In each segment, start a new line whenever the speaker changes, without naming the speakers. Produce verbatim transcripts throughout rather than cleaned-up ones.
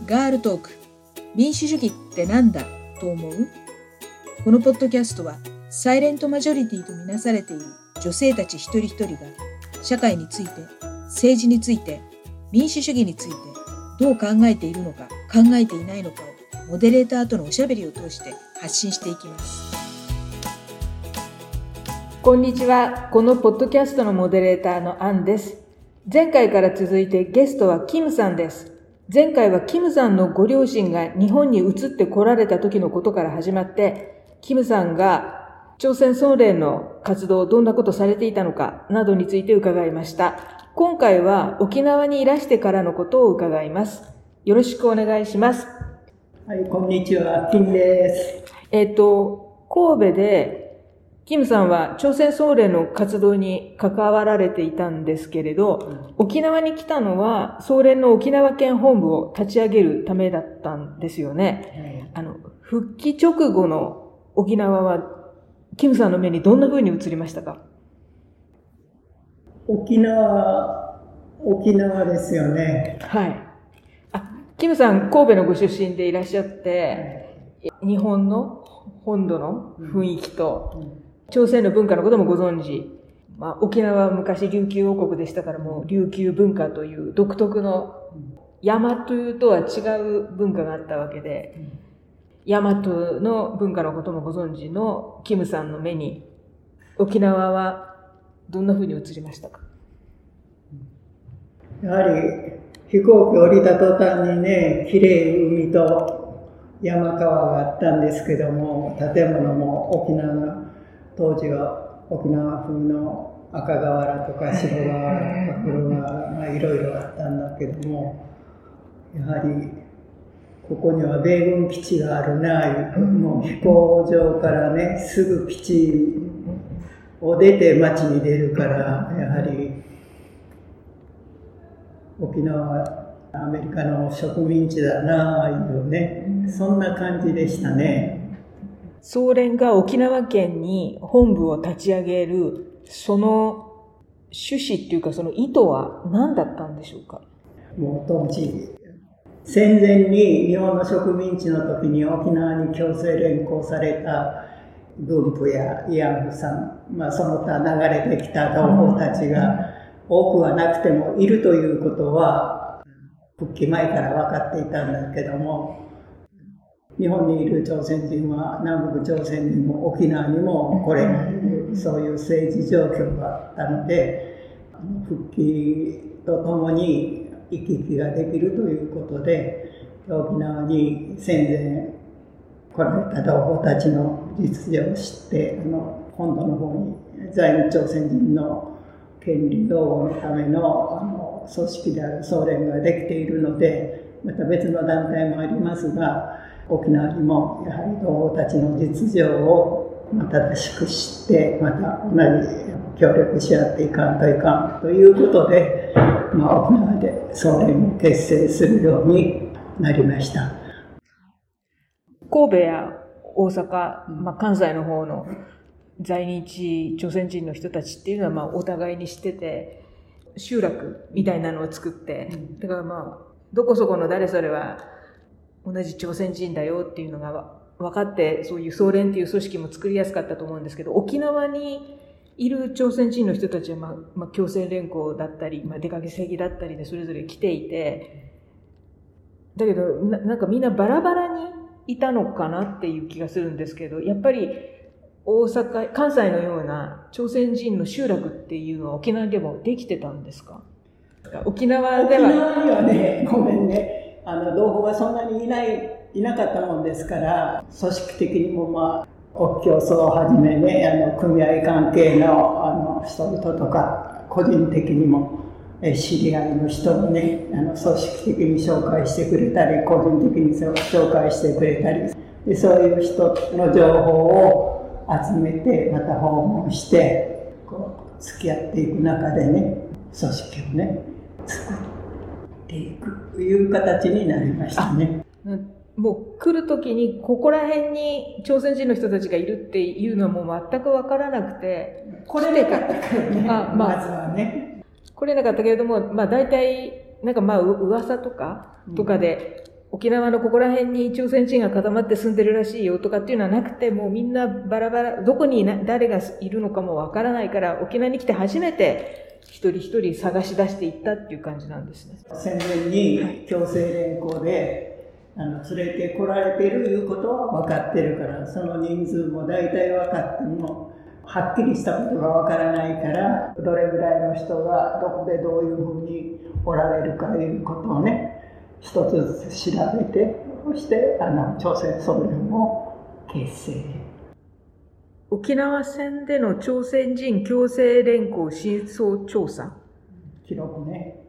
ガールトーク、民主主義ってなんだと思う？このポッドキャストはサイレントマジョリティとみなされている女性たち一人一人が社会について、政治について、民主主義についてどう考えているのか考えていないのかをモデレーターとのおしゃべりを通して発信していきます。こんにちは。このポッドキャストのモデレーターのアンです。前回から続いてゲストはキムさんです。前回はキムさんのご両親が日本に移って来られた時のことから始まって、キムさんが朝鮮総連の活動をどんなことされていたのかなどについて伺いました。今回は沖縄にいらしてからのことを伺います。よろしくお願いします。
はい、こんにちは、キムです。
えっと、神戸でキムさんは朝鮮総連の活動に関わられていたんですけれど、沖縄に来たのは総連の沖縄県本部を立ち上げるためだったんですよね。はい、あの、復帰直後の沖縄はキムさんの目にどんな風に映りましたか？
沖縄、沖縄ですよね。
はい。あ、キムさん神戸のご出身でいらっしゃって、はい、日本の本土の雰囲気と、うんうん朝鮮の文化のこともご存知。まあ、沖縄は昔琉球王国でしたからもう琉球文化という独特の大和というとは違う文化があったわけで、大和の文化のこともご存知のキムさんの目に沖縄はどんな風に映りましたか？
やはり飛行機降りた途端にね、綺麗海と山川があったんですけども、建物も沖縄の当時は沖縄風の赤瓦とか白瓦とか黒瓦、まあいろいろあったんだけども、やはりここには米軍基地があるな、もう飛行場からね、すぐ基地を出て街に出るから、やはり沖縄はアメリカの植民地だな、いうね、そんな感じでしたね。
総連が沖縄県に本部を立ち上げる、その趣旨っていうかその意図は何だったんでしょうか？
もう当時、戦前に日本の植民地の時に沖縄に強制連行された軍部や慰安婦さん、まあその他流れてきた同胞たちが多くはなくてもいるということは、復帰前から分かっていたんだけども、日本にいる朝鮮人は南北朝鮮にも沖縄にも来れない、そういう政治状況があったので、復帰とともに行き来ができるということで、沖縄に戦前来られた同胞たちの実情を知って、あの本土の方に在日朝鮮人の権利擁護のための、あの組織である総連ができているので、また別の団体もありますが、沖縄にもやはり同胞たちの実情を正しく知って、また同じ協力し合っていかんといかんということで、まあ、沖縄で総連を結成するようになりました。
神戸や大阪、まあ、関西の方の在日朝鮮人の人たちっていうのはまあお互いに知ってて、集落みたいなのを作って、だからまあどこそこの誰それは同じ朝鮮人だよっていうのが分かって、そういう総連っていう組織も作りやすかったと思うんですけど、沖縄にいる朝鮮人の人たちは、まあ、まあ、強制連行だったり、まあ、出かけ先だったりでそれぞれ来ていて、だけどな、なんかみんなバラバラにいたのかなっていう気がするんですけど、やっぱり大阪、関西のような朝鮮人の集落っていうのは沖縄でもできてたんですか？沖縄では。
沖縄にはね、ごめんね。あの同胞がそんなにいないいなかったもんですから、組織的にもまあ国競争をはじめね、あの組合関係のあの人々とか個人的にも知り合いの人をね、あの組織的に紹介してくれたり、個人的に紹介してくれたりで、そういう人の情報を集めてまた訪問してこう付き合っていく中でね、組織をね作っていくという形になりましたね。
もう来るときにここら辺に朝鮮人の人たちがいるっていうのはもう全く分からなくて、
来れなかったからね、あ、まあ、まずはね
来れなかったけれども、まあ大体なんかまあ噂とかとかで沖縄のここら辺に朝鮮人が固まって住んでるらしいよとかっていうのはなくて、もうみんなバラバラ、どこにな誰がいるのかもわからないから、沖縄に来て初めて一人一人探し出していったっていう感じなんですね。
戦前に強制連行であの連れてこられてるいうことは分かってるから、その人数も大体分かっても、はっきりしたことが分からないから、どれぐらいの人がどこでどういうふうにおられるかいうことをね、一つずつ調べて、そしてあの朝鮮総連を結成。
沖縄戦での朝鮮人強制連行真相調査
記録ね。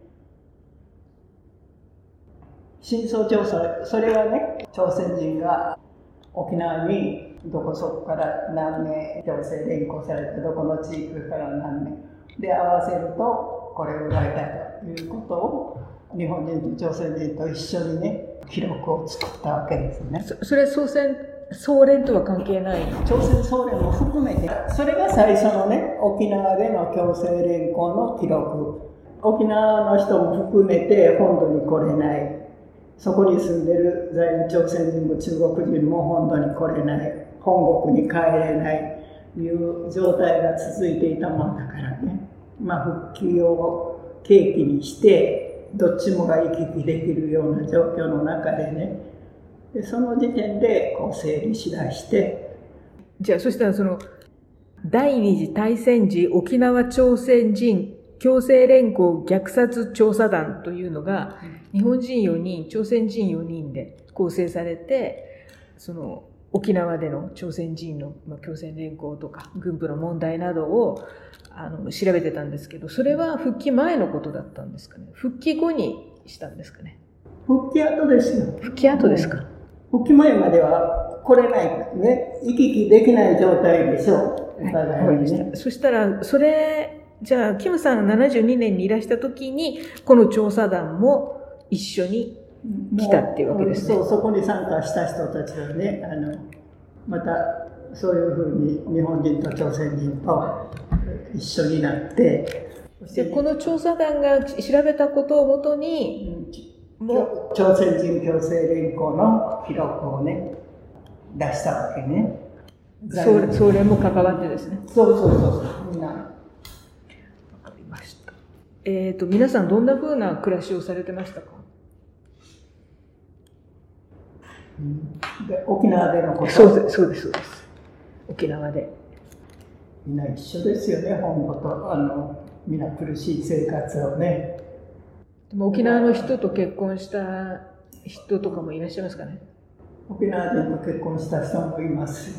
真相調査、それはね、朝鮮人が沖縄にどこそこから何名強制連行されて、どこの地域から何名で合わせるとこれぐらいだということを日本人と朝鮮人と一緒にね、記録を作ったわけですね。
そ, それは総選総連とは関係ない？
朝鮮総連も含めて、それが最初のね、沖縄での強制連行の記録。沖縄の人も含めて本土に来れない。そこに住んでる在日朝鮮人も中国人も本土に来れない。本国に帰れないという状態が続いていたもんだからね。まあ、復帰を契機にして、どっちもが行き来できるような状況の中でね、でその時点でこう整理しだして。
じゃあそしたらその第二次大戦時沖縄朝鮮人強制連行虐殺調査団というのが、日本人よにん朝鮮人よにんで構成されて、その沖縄での朝鮮人の強制連行とか軍部の問題などをあの調べてたんですけど、それは復帰前のことだったんですかね。復帰後にしたんですかね。
復帰後ですよ。
復帰後ですか。
復帰前までは来れないね、行き来できない状態でしょう。
はい、ね、そしたらそれじゃあキムさんがななじゅうにねんにいらした時にこの調査団も一緒に来たっていうわけですね。
そう、そこに参加した人たちはね、あのまたそういうふうに日本人と朝鮮人と一緒になって、
でこの調査団が調べたことをもとに、
うん、もう朝鮮人強制連行の記録をね出したわけね。
総連も関わってですね。
そうそうそうそう、みんな。わ
かりました。えっと皆さんどんな風な暮らしをされてましたか？
うん、で沖縄でのこと。
そうですそうですそうです。沖縄で。
みんな一緒ですよね、本土とあのみんな苦しい生活をね。
でも沖縄の人と結婚した人とかもいらっしゃいますかね？
沖縄人と結婚した人もいますよ。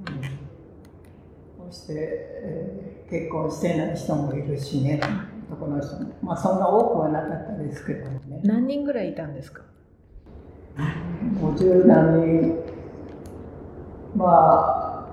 そして、えー、結婚してない人もいるしね、男の人も。まあそんな多くはなかったですけどね。
何人ぐらいいたんですか？
ごじゅうなんにん。まあ、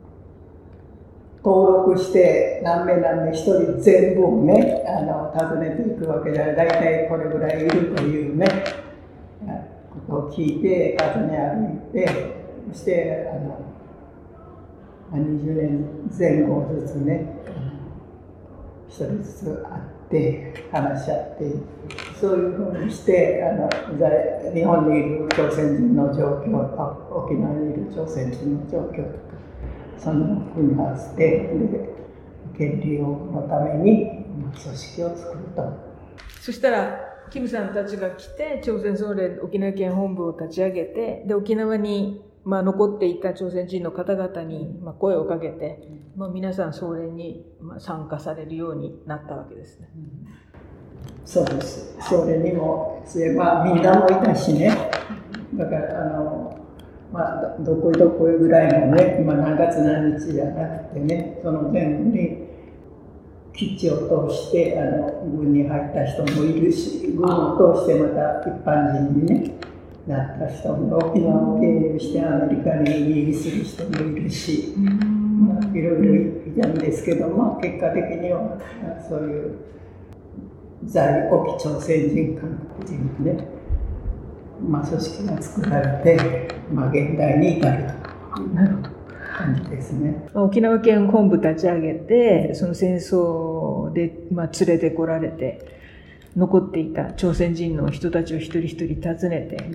登録して何名何名一人全部をね、あの訪ねていくわけで、だいたいこれぐらいいるというね、ことを聞いて、訪ね歩いて、そしてあのにじゅうねんぜん後ずつね、一人ずつ会って話し合って、そういうふうにしてあの日本にいる朝鮮人の状況と沖縄にいる朝鮮人の状況とか、そんなふうに合わせて、で権利擁護のために組織を作ると。
そしたらキムさんたちが来て朝鮮総連沖縄県本部を立ち上げて、で沖縄にまあ、残っていた朝鮮人の方々にまあ声をかけて、まあ、皆さん総連にまあ参加されるようになったわけですね。うん、
そうです。総連にも、まあ、みんなもいたしね。だからあの、まあ、どこいどこいぐらいのね、まあ、何月何日じゃなくてね、その前後に基地を通してあの軍に入った人もいるし、軍を通してまた一般人にねなった人も、沖縄を経由してアメリカに移民する人もいるし、まあ、いろいろいたんですけども、結果的にはそういう在沖朝鮮人、韓国人のね、まあ、組織が作られて、まあ、現代に至るという感じですね。
沖縄県本部立ち上げて、その戦争で、まあ、連れてこられて、残っていた朝鮮人の人たちを一人一人訪ねて、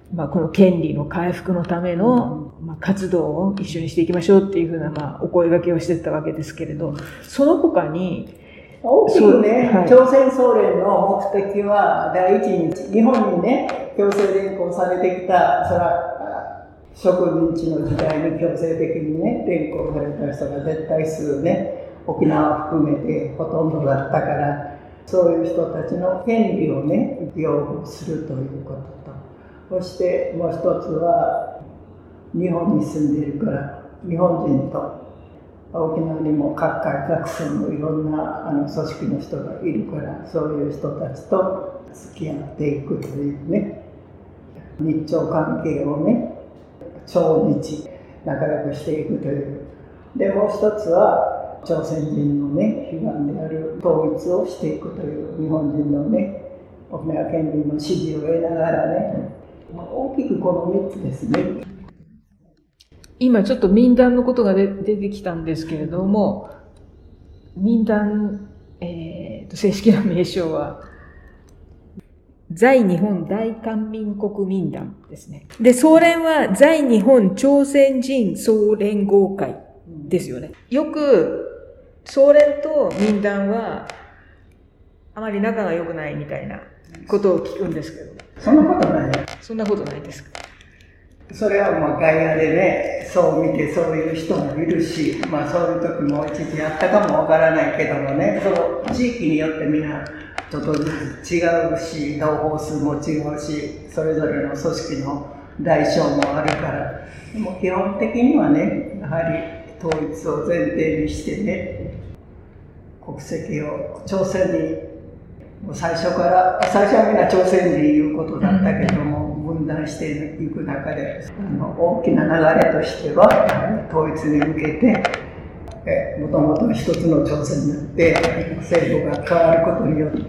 まあ、この権利の回復のための、まあ、活動を一緒にしていきましょうっていうふうな、まあ、お声掛けをしてたわけですけれど、その他に、
大きくね、
はい、
朝鮮総連の目的は、第一に日本にね、強制連行されてきた、そら、植民地の時代に強制的にね、連行された人が絶対数ね、沖縄を含めてほとんどだったから、そういう人たちの権利をね、擁護するということと、そしてもう一つは、日本に住んでいるから、日本人と、沖縄にも各界各村のいろんなあの組織の人がいるから、そういう人たちと付き合っていくというね、日朝関係をね、朝日仲良くしていくという。で、もう一つは朝鮮人のね、悲願である統一をしていくという日本人のね、沖縄県民の支持を得ながらね、大きくこのみっつですね。
今ちょっと民団のことが出てきたんですけれども、民団、えー、と正式な名称は、在日本大韓民国民団ですね。で、総連は在日本朝鮮人総連合会ですよね。よく、総連と民団は、あまり仲が良くないみたいなことを聞くんですけど。
そんなことない。
そんなことないですか。
それはまあ外野でね、そう見てそういう人もいるし、まあそういう時も一時あったかもわからないけどもね、その地域によってみんなちょっとずつ違うし、同胞数も違うし、それぞれの組織の代償もあるから、でも基本的にはね、やはり統一を前提にしてね、国籍を朝鮮に、もう最初から、最初はみんな朝鮮人いうことだったけども、分断していく中で、あの大きな流れとしては、統一に向けて、えもともと一つの朝鮮になって、政府が変わることによって、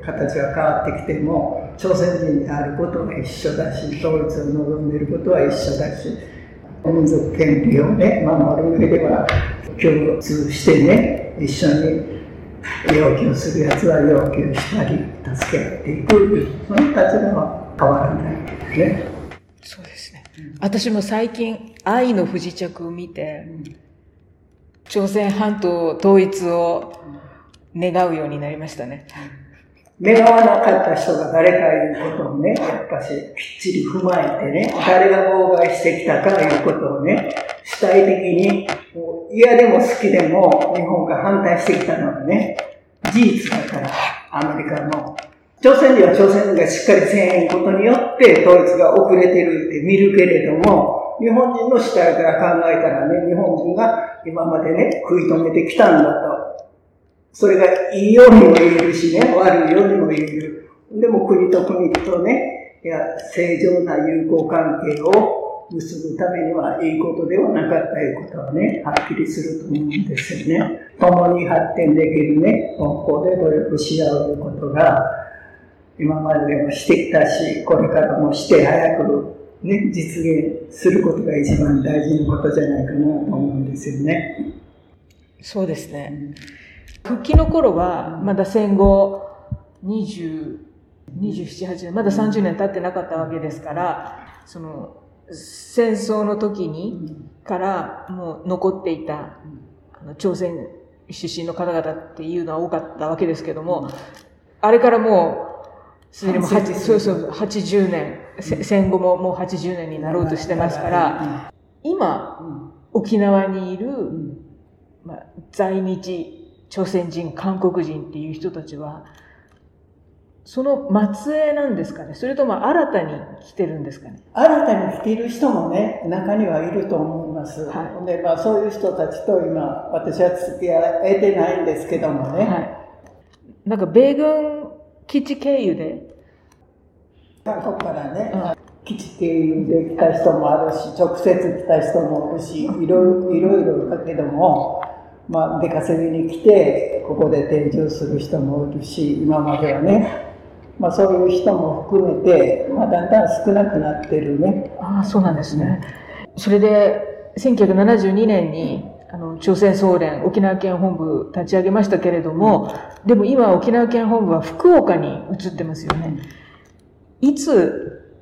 形が変わってきても、朝鮮人であることは一緒だし、統一を望んでいることは一緒だし、民族権利をね、守る上では共通してね、一緒に要求するやつは要求したり、助け合っていく、その立場は変わらないですね。
そうですね。うん、私も最近、愛の不時着を見て、うん、朝鮮半島統一を願うようになりましたね。
願わなかった人が誰かいうことをね、やっぱしきっちり踏まえてね、誰が妨害してきたかいうことをね、主体的に、嫌でも好きでも日本が反対してきたのはね、事実だから、アメリカの。朝鮮人は朝鮮人がしっかりせえへんことによって統一が遅れてるって見るけれども、日本人の主体から考えたらね、日本人が今までね、食い止めてきたんだと。それがいいようにも言えるしね、悪いようにも言える。でも国と国とね、いや、正常な友好関係を結ぶためにはいいことではなかったいうことはね、はっきりすると思うんですよね。共に発展できるね、方向で努力し合うことが、今まででもしてきたし、これからもして早くね、実現することが一番大事なことじゃないかなと思うんですよね。
そうですね。復帰の頃は、まだ戦後にじゅう、にじゅうなな、はちねん、まださんじゅうねん経ってなかったわけですから、その、戦争の時にからもう残っていた、あの朝鮮出身の方々っていうのは多かったわけですけども、あれからもう、すでにもうそうそう、はちじゅうねん、戦後ももうはちじゅうねんになろうとしてますから、今、沖縄にいる、まあ、在日朝鮮人、韓国人っていう人たちは、その末裔なんですかね、それとも新たに来てるんですかね。
新たに来ている人もね、中にはいると思います。はい、で、まあそういう人たちと今、私は付き合えてないんですけどもね。はい、
なんか米軍基地経由で
韓国からね、うん、基地経由で来た人もあるし、直接来た人もいるし、いろいろ、いろいろだけども、まあ出稼ぎに来て、ここで定住する人もいるし、今まではね、まあそういう人も含めて、まあだんだん少なくなってるね。
ああ、そうなんですね。それで、せんきゅうひゃくななじゅうにねんに、あの、朝鮮総連沖縄県本部立ち上げましたけれども、うん、でも今沖縄県本部は福岡に移ってますよね。いつ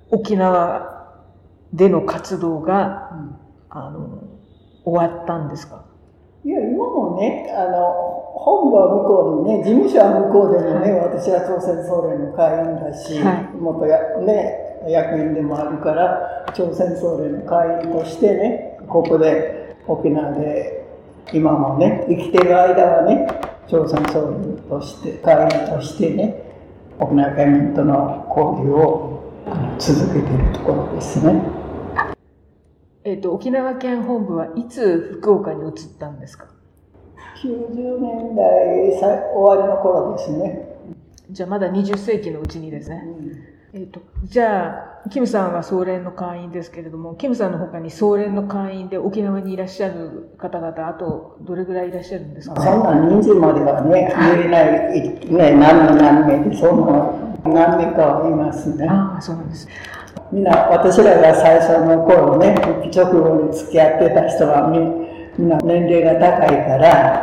沖縄での活動が、
うん、
あの終わったんですか？
いや、今もね、あの本部は向こうにね、事務所は向こうでもね、はい、私は朝鮮総連の会員だし、はい、元や、ね、役員でもあるから、朝鮮総連の会員としてね、ここで沖縄で今もね、生きてる間はね、朝鮮総連として、会員としてね、沖縄県民との交流を続けているところですね。
えっと、沖縄県本部はいつ福岡に移ったんですか？
きゅうじゅうねんだい終わりの頃ですね。
じゃあまだにじゅっせいきのうちにですね。うん、えっと、じゃあ、キムさんは総連の会員ですけれども、キムさんの他に総連の会員で沖縄にいらっしゃる方々、あとどれぐらいいらっしゃるんですか？
そんな人数まではね、言えない、ね、何の何名で、そんな何名かはいますね。
ああ、そうなんです。
みんな、私らが最初の頃ね、復帰直後に付き合ってた人はみ、みんな年齢が高いから、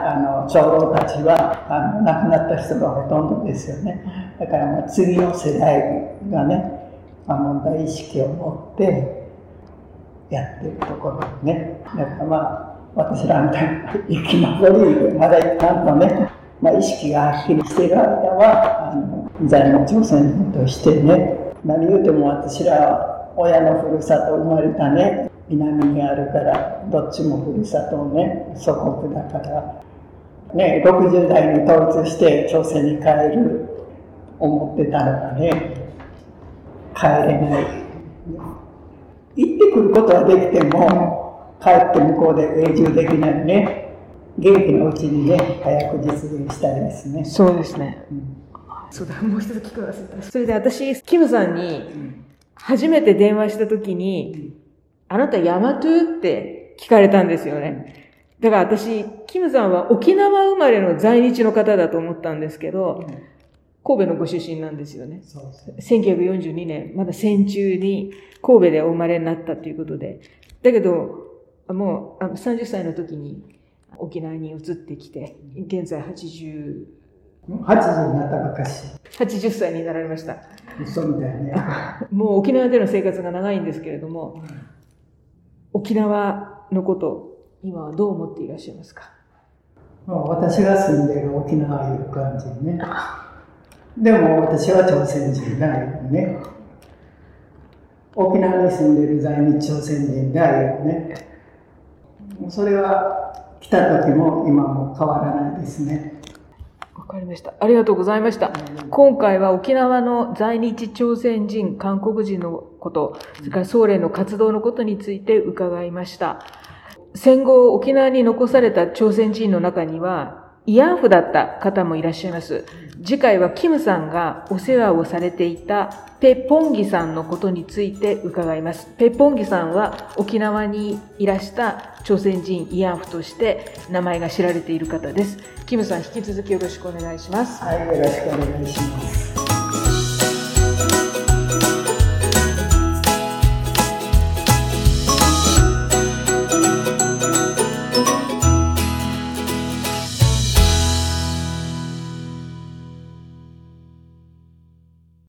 あの、長老たちは、あの、亡くなった人がほとんどですよね。だからもう次の世代がね、まあ、問題意識を持ってやってるところでね。だからまあ、私らみたいな生き残り、まだちゃんとね、まあ、意識がはっきりしている間は、あの、在日朝鮮人としてね、何言うても私らは親のふるさと生まれたね、南にあるから、どっちもふるさとをね、祖国だから、ね、ろくじゅうだいに統一して朝鮮に帰る思ってたのがね、帰れない。行ってくることはできても、帰って向こうで永住できないね。元気なうちにね、早く実現したいですね。
そうですね。うん、そうだ、もう一つ聞くの忘れた。それで私、キムさんに初めて電話したときに、うん、あなたヤマトゥって聞かれたんですよね。だから私、キムさんは沖縄生まれの在日の方だと思ったんですけど、うん、神戸のご出身なんですよね。そうそう。せんきゅうひゃくよんじゅうにねん、まだ戦中に神戸でお生まれになったということで。だけど、もうさんじゅっさいの時に沖縄に移ってきて、現在はちじゅう、
はちじゅうになったばかし。
はちじゅっさいになられました。
そうみたいね。
もう沖縄での生活が長いんですけれども、沖縄のこと、今はどう思っていらっしゃいますか？
もう私が住んでいる沖縄いう感じね。でも私は朝鮮人だよね。沖縄に住んでいる在日朝鮮人だよね。それは来た時も今も変わらないですね。
わかりました。ありがとうございました。今回は沖縄の在日朝鮮人、韓国人のこと、それから総連の活動のことについて伺いました。戦後沖縄に残された朝鮮人の中には慰安婦だった方もいらっしゃいます。次回はキムさんがお世話をされていたペッポンギさんのことについて伺います。ペッポンギさんは沖縄にいらした朝鮮人慰安婦として名前が知られている方です。キムさん、引き続きよろしくお願いします。
はい、よろしくお願いします。